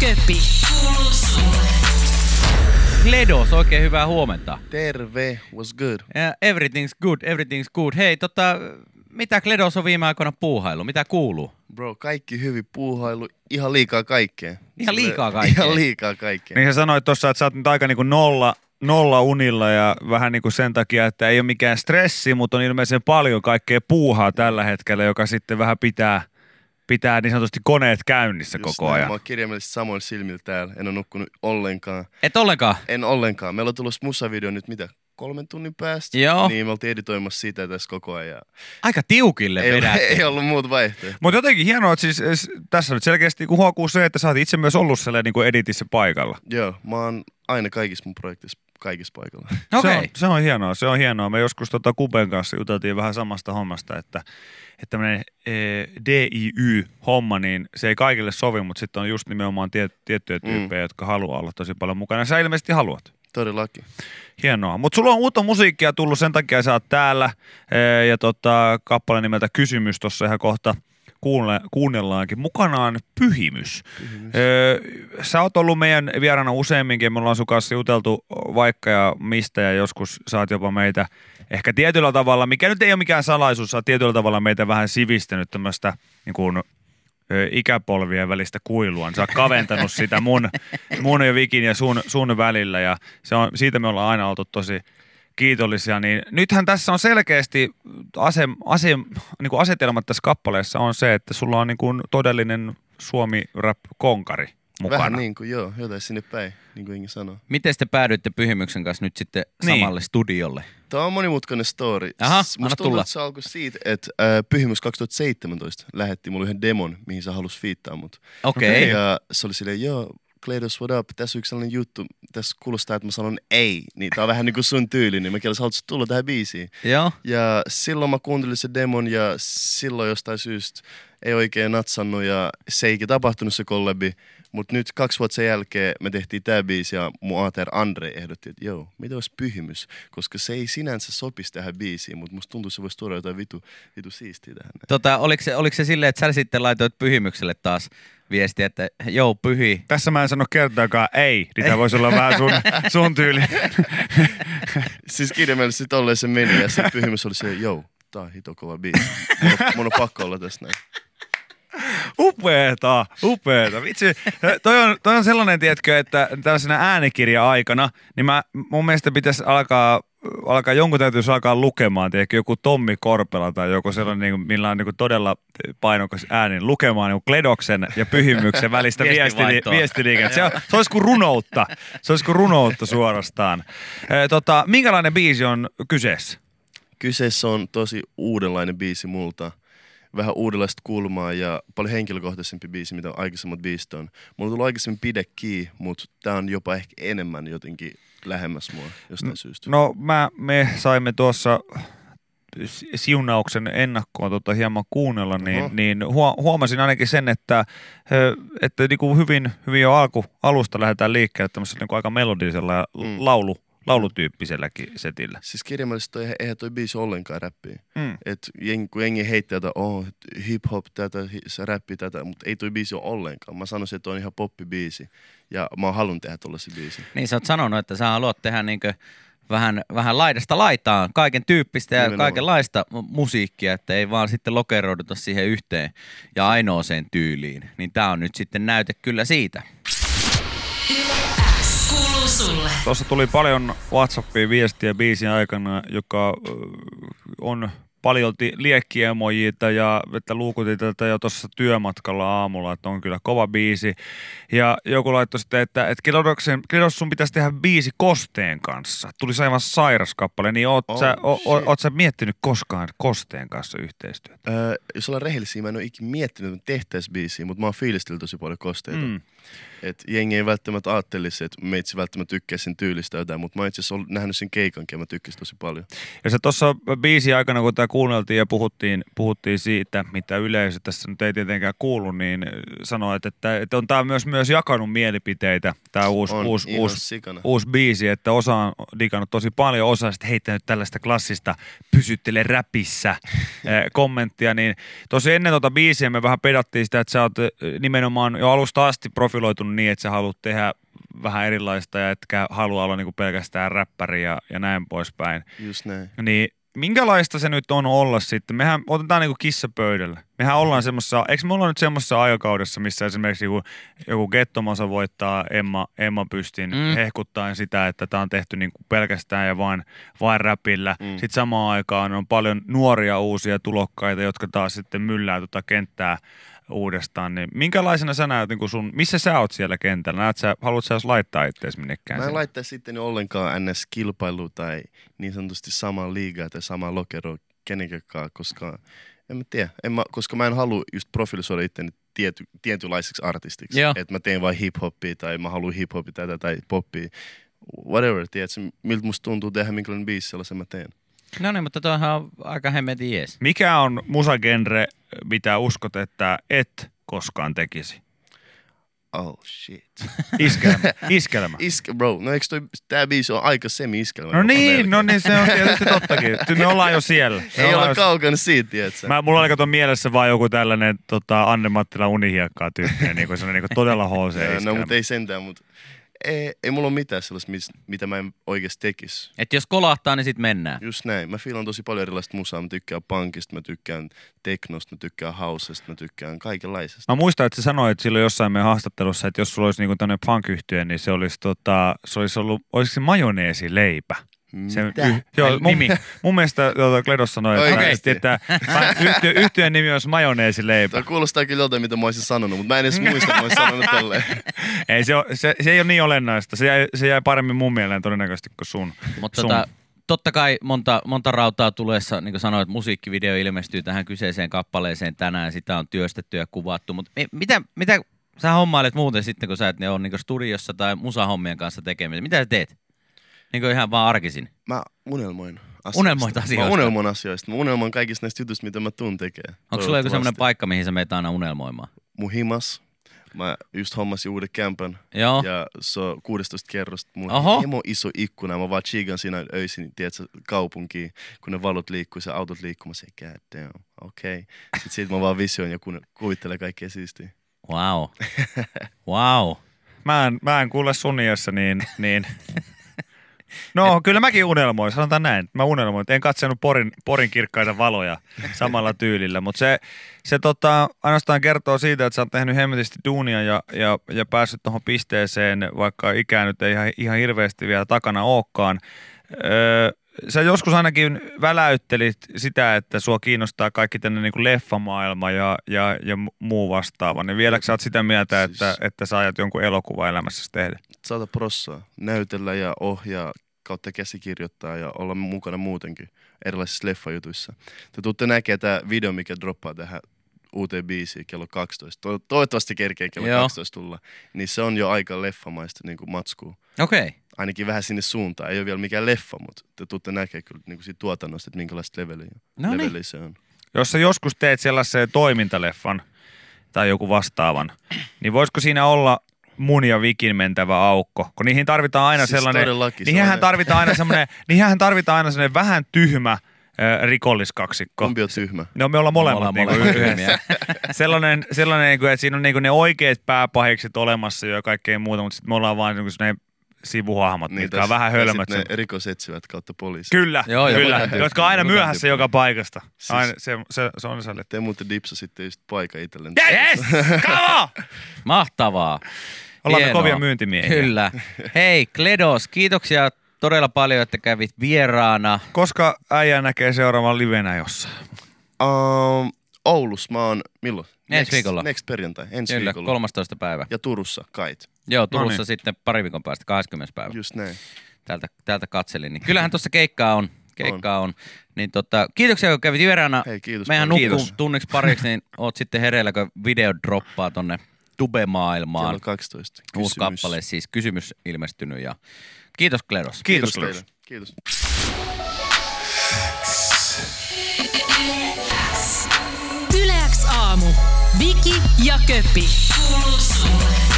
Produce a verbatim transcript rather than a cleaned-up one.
Köpi. Kuuluu sulle. Kledos, oikein hyvää huomenta. Terve, what's good? Yeah, everything's good, everything's good. Hei, tota, mitä Kledos on viime aikoina puuhailu? Mitä kuuluu? Bro, kaikki hyvin puuhailu, ihan liikaa kaikkea. Ihan liikaa kaikkea? Ihan liikaa kaikkea. Niin sä sanoit tossa, että sä oot nyt aika niinku nolla, nolla unilla ja vähän niinku sen takia, että ei ole mikään stressi, mutta on ilmeisen paljon kaikkea puuhaa tällä hetkellä, joka sitten vähän pitää, pitää niin sanotusti koneet käynnissä Just koko näin. ajan. Mä oon kirjaimellisesti samoin silmillä täällä, en ole nukkunut ollenkaan. Et ollenkaan? En ollenkaan. Meillä on tulossa musavideo nyt mitä? Kolmen tunnin päästä? Joo. Niin me oltiin editoimassa sitä tässä koko ajan. Aika tiukille Ei, vedätte. ei ollut muuta vaihtoehtoa. Mutta jotenkin hienoa, että siis es- tässä nyt selkeästi niinku huokuu se, että sä oot itse myös ollut sellainen niinku editissä paikalla. Joo, mä oon aina kaikissa mun projekteissa kaikissa paikalla. Okei. Se, on, se on hienoa, se on hienoa. Me joskus tota Kuben kanssa juteltiin vähän samasta hommasta, että, että tämmöinen e, D I Y-homma, niin se ei kaikille sovi, mutta sitten on just nimenomaan tie, tiettyjä tyyppejä, mm. jotka haluaa olla tosi paljon mukana. Sä ilmeisesti haluat. Todellakin. Hienoa. Mutta sulla on uutta musiikkia tullut, sen takia sä oot täällä. E, ja tota, kappale nimeltä Kysymys tuossa ihan kohta kuunnelle, kuunnellaankin. Mukanaan Pyhimys. Pyhimys. E, sä oot ollut meidän vieraana useamminkin. Me ollaan sun kanssa juteltu vaikka ja mistä ja joskus sä oot jopa meitä ehkä tietyllä tavalla, mikä nyt ei ole mikään salaisuus, sä oot tietyllä tavalla meitä vähän sivistänyt tämmöistä niin kuin ikäpolvien välistä kuilua. Sä oot kaventanut sitä mun, mun ja Vikin ja sun, sun välillä ja se on, siitä me ollaan aina oltu tosi kiitollisia. Niin nythän tässä on selkeästi ase, ase, niin kuin asetelmat tässä kappaleessa on se, että sulla on niin kuin todellinen Suomi-rap-konkari mukana. Vähän niin kuin joo, jotain sinne päin, niin kuin Inge sanoo. Miten te päädyitte Pyhimyksen kanssa nyt sitten Niin. samalle studiolle? Tämä on monimutkainen story. Aha, S- anna Musta tuntuu, tulla. että se alkoi siitä, että äh, Pyhimys kaksituhattaseitsemäntoista lähetti mulle yhden demon, mihin se halusi fiittaa mut. Okei. Ja se oli silleen, joo, Kledos, what up? Tässä on yksi sellainen juttu. Tässä kuulostaa, että mä sanon ei. Niin tää on vähän niin kuin sun tyyli, niin mä kielän, haluatko tulla tähän biisiin? Joo. Ja silloin mä kuuntelin se demon ja silloin jostain syystä ei oikein natsannut ja se eikä tapahtunut se kollabi. Mutta nyt kaksi vuotta sen jälkeen me tehtiin tää biisi ja mun A T R Andre ehdotti, että joo, mitä olisi Pyhimys? Koska se ei sinänsä sopisi tähän biisiin, mutta musta tuntuu, että se voisi tuoda jotain vitu, vitu siistiä tähän. Tota, oliko se, oliko se silleen, että sä sitten laitoit Pyhimykselle taas viestiä, että joo, Pyhi. Tässä mä en sano kertaakaan ei, niin tää voisi olla vähän sun, sun tyyli. Siis kirjaimellisesti tolleen se meni ja se Pyhimys oli se, joo, tää on hito kova biisi. Mun on, mun on pakko olla tässä näin. Upeeta, upeeta. Vitsi, toi on, toi on sellainen, tiedätkö, että tällaisena äänikirja-aikana, niin mä, mun mielestä pitäisi alkaa, alkaa jonkun täytyisi alkaa lukemaan, tiedätkö, joku Tommi Korpela tai joku sellainen, niin kuin, millä on niin kuin todella painokas ääni, lukemaan niin kuin Kledoksen ja Pyhimyksen välistä viestili, viestiliikettä. Se, on, se olisi kuin runoutta, se olisi kuin runoutta suorastaan. E, tota, minkälainen biisi on kyseessä? Kyseessä on tosi uudenlainen biisi multa. Vähän uudenlaista kulmaa ja paljon henkilökohtaisempi biisi, mitä aikaisemmat biisit on. Mulla on tullut aikaisemmin Pide Key, mutta tää on jopa ehkä enemmän jotenkin lähemmäs mua jostain syystä. No mä, me saimme tuossa siunauksen ennakkoon tota hieman kuunnella, niin, Oho. niin huomasin ainakin sen, että, että niinku hyvin, hyvin jo alku, alusta lähdetään liikkeelle tämmöisellä niinku aika melodisella ja Mm. laulu, laulutyyppiselläkin setillä. Siis kirjaimellisesti toi, eihän toi biisi ollenkaan räppiä. Mm. Et jengi, kun jengi heittää tätä, oh, hip-hop tätä, se räppi tätä, mutta ei toi biisi ole ollenkaan. Mä sanoisin, että toi on ihan poppibiisi ja mä oon halunnut tehdä tollasen biisin. Niin sä oot sanonut, että sä haluat tehdä niinkö vähän, vähän laidasta laitaan, kaiken tyyppistä ja Nimenomaan. kaikenlaista mu- musiikkia, että ei vaan sitten lokeroiduta siihen yhteen ja ainoaseen tyyliin. Niin tää on nyt sitten näyte kyllä siitä. Yle X. Kuuluu sulle. Tuossa tuli paljon WhatsAppia viestiä biisin aikana, joka ö, on paljolti liekkiemojita ja että luukutin tätä jo tuossa työmatkalla aamulla, että on kyllä kova biisi. Ja joku laittoi sitten, että, että Kledos sun pitäisi tehdä biisi Kosteen kanssa. Tuli aivan sairas kappale, niin oot, Oh, sä, o, o, shit. oot sä miettinyt koskaan Kosteen kanssa yhteistyötä? Öö, jos ollaan rehellisiä, mä en ole ikinä miettinyt, että tehtäisiin biisiä, mutta mä oon fiilistellyt tosi paljon Kosteita. Mm. Et jengi ei välttämättä ajattelisi, että meitsi välttämättä tykkää sen tyylistä jotain, mutta mä oon itse asiassa ollut- nähnyt sen keikankin ja mä tykkäsin tosi paljon. Ja se tuossa biisin aikana, kun tämä kuunneltiin ja puhuttiin, puhuttiin siitä, mitä yleisö tässä nyt ei tietenkään kuulu, niin sanoit, että, että on tämä myös, myös jakanut mielipiteitä, tämä uusi, On uusi, ihan uusi, sikana. uusi biisi, että osa on digannut tosi paljon, osa on sitten heittänyt tällaista klassista pysyttele räpissä eh, kommenttia, niin tosi ennen tuota biisiä me vähän pedattiin sitä, että sä oot eh, nimenomaan jo alusta asti profi profiloitunut niin, että sä haluat tehdä vähän erilaista ja etkä halua olla niinku pelkästään räppäri ja, ja näin poispäin. Just näin. Niin minkälaista se nyt on olla sitten? Mehän otetaan niinku kissa pöydällä. Mehän ollaan semmoisessa, eikö me olla nyt semmoisessa aikakaudessa, missä esimerkiksi joku, joku Gettomasa voittaa Emma, Emma Pystin mm. hehkuttaen sitä, että tämä on tehty niinku pelkästään ja vain, vain räpillä. Mm. Sitten samaan aikaan on paljon nuoria uusia tulokkaita, jotka taas sitten myllää tuota kenttää uudestaan, niin minkälaisena sä näet, niin sun, missä sä oot siellä kentällä? Näet sä, haluat sä laittaa itseäsi minnekään? Mä en sinne? laittaa sitten ollenkaan N S-kilpailu tai niin sanotusti samaa liigaa tai samaa lokeroa kenenkään, koska en mä tiedä, en mä, koska mä en halua just profilisoida itteni tiety, tietynlaiseksi artistiksi. Että mä teen vain hip-hoppia tai mä haluan hip-hopia tätä tai poppia. Whatever, tiedätkö, miltä musta tuntuu tehdä minkälainen biisi, sellaisen mä teen. No niin, mutta toihan on aika hemmetin jees. Mikä on musagenre, mitä uskot, että et koskaan tekisi? Oh shit. Iskelmä. Iskelmä. Iske, bro, no eikö toi, tää biisi on aika semi-iskelmä? No niin, no niin, se on tietysti tottakin. Me ollaan jo siellä. Me Ei olla jo... kaukana siitä, tiedätkö? Mä, mulla oli kato mielessä vaan joku tällainen tota, Anne Mattila unihiekkaa tyyppinen, niin kuin se on niin kuin todella H C-iskelmä. No, mutta ei sentään, mutta ei, ei mulla ole mitään sellaista, mitä mä en oikeasti tekisi. Että jos kolahtaa, niin sit mennään. Just näin. Mä fiilan tosi paljon erilaista musaa. Mä tykkään punkista, mä tykkään teknosta, mä tykkään housesta, mä tykkään kaikenlaisesta. Mä muistan, että sä sanoit silloin jossain meidän haastattelussa, että jos sulla olisi niinku tämmöinen punk-yhtye, niin se olisi, tota, se olisi ollut, olisiko se majoneesileipä? Se, y, joo, mun, mun mielestä tuota, Kledos sanoi, että, okay. että, että yhtiö, yhtiön nimi olisi majoneesileipä. Tämä kuulostaa kyllä joltain, mitä mä olisin sanonut, mutta mä en edes muista, että mä olisin sanonut tolleen. Ei, se, on, se, se ei ole niin olennaista. Se jäi, se jäi paremmin mun mieleen todennäköisesti kuin sun. Mutta tota, totta kai monta, monta rautaa tulessa, niin kuin sanoit, musiikkivideo ilmestyy tähän kyseiseen kappaleeseen tänään. Sitä on työstetty ja kuvattu. Mutta mitä, mitä sä hommailet muuten sitten, kun sä et ne on niin studiossa tai musahommien kanssa tekemistä? Mitä sä teet? Niin kuin ihan vaan arkisin. Mä unelmoin asioista. Unelmoit asioista? Mä unelmoin asioista. Mä unelmoin kaikista näistä jutuista, mitä mä tuun tekemään. Onko sulla joku semmoinen paikka, mihin sä meet aina unelmoimaan? Mun himas. Mä just hommasin uuden kämpän. Joo. Ja se on kuusitoista kerrosta. Mulla Oho. on hemo iso ikkuna. Mä vaan chiigan siinä öisin, tiedätkö, kaupunkiin. Kun ne valot liikkuu ja autot liikkuu. Mä sanoin, god damn, okei. Okay. Sitten siitä mä vaan visioin ja kuvittelen kaikkea siistiä. Wow. Wow. Mä en, mä en kuule sun iässä, niin... niin. No kyllä mäkin unelmoin, sanotaan näin. Mä unelmoin, en katsellut Porin, Porin kirkkaita valoja samalla tyylillä, mutta se, se tota, ainoastaan kertoo siitä, että sä oot tehnyt hemmetisti duunia ja, ja, ja päässyt tuohon pisteeseen, vaikka ikään nyt ei ihan, ihan hirveästi vielä takana olekaan. Öö, sä joskus ainakin väläyttelit sitä, että sua kiinnostaa kaikki tänne niin kuin leffamaailma ja, ja, ja muu vastaava. Niin vieläkö sä oot sitä mieltä, että, että sä ajat jonkun elokuva elämässäsi tehdä? Saata prossaa, näytellä ja ohjaa kautta käsikirjoittaa ja olla mukana muutenkin erilaisissa leffajutuissa. Te tuutte näkemään tämä video, mikä droppaa tähän uuteen biisiin kello kaksitoista. To- toivottavasti kerkee kello Joo. kaksitoista tulla. Niin se on jo aika leffamaista niin kuin matskua. Okei. Okay. Ainakin vähän sinne suuntaan. Ei ole vielä mikään leffa, mutta te tuutte näkemään kyllä niin kuin siitä tuotannosta, että minkälaista leveliä, No leveliä niin. se on. Jos sä joskus teet sellaisen toimintaleffan tai joku vastaavan, niin voisiko siinä olla mun ja Vikin mentävä aukko? Kun niihin tarvitaan aina Siis sellainen, todellakin, niihinhän sellainen- tarvitaan aina semmoinen, niihinhän tarvitaan aina semmoinen vähän tyhmä äh, rikolliskaksikko. Kumpi on tyhmä? No me ollaan molemmat, ollaan niinku molemmat yhdessä. sellainen, sellainen niinku, että siinä on niinku ne oikeat pääpahikset olemassa ja kaikkea muuta, mutta sitten me ollaan vaan niinku sellainen sivuhahmot, niin, mitkä on tässä- vähän ja hölmöt. sit ne rikosetsivät kautta poliisi. Kyllä, Joo, joo, kyllä. mukaan Jotka on aina mukaan myöhässä tyyppi. joka paikasta. Siis- Aina, se, se, se on se. Te muuten dipsasitte just paikan itselleen. Yes! Come on! Mahtavaa. Ollaan me Hienoa. kovia myyntimiehiä. Kyllä. Hei, Kledos, kiitoksia todella paljon, että kävit vieraana. Koska äijä näkee seuraavan livenä jossain? Um, Oulussa mä oon, milloin? Ensi viikolla. Next perjantai, ensi Kyllä, viikolla. kolmastoista päivä. Ja Turussa, kait. Joo, Turussa Noniin. sitten pari viikon päästä, kahdeskymmenes päivä. Just näin. Täältä, täältä katselin. Niin kyllähän tuossa keikkaa on. Keikkaa on. Niin tota, kiitoksia, kun kävit vieraana. Hei, kiitos Mehän paljon. nukkuu Kiitos. tunniksi pariksi, niin oot sitten hereillä, kun video droppaa tonne tube-maailmaan. Kello kaksitoista. Uusi Kysymys. kappale, siis kysymys ilmestynyt. Ja kiitos, Kledos. Kiitos, teille. Kledos. Kiitos. Yle X aamu. Viki ja Köppi. Kuuluu sulle.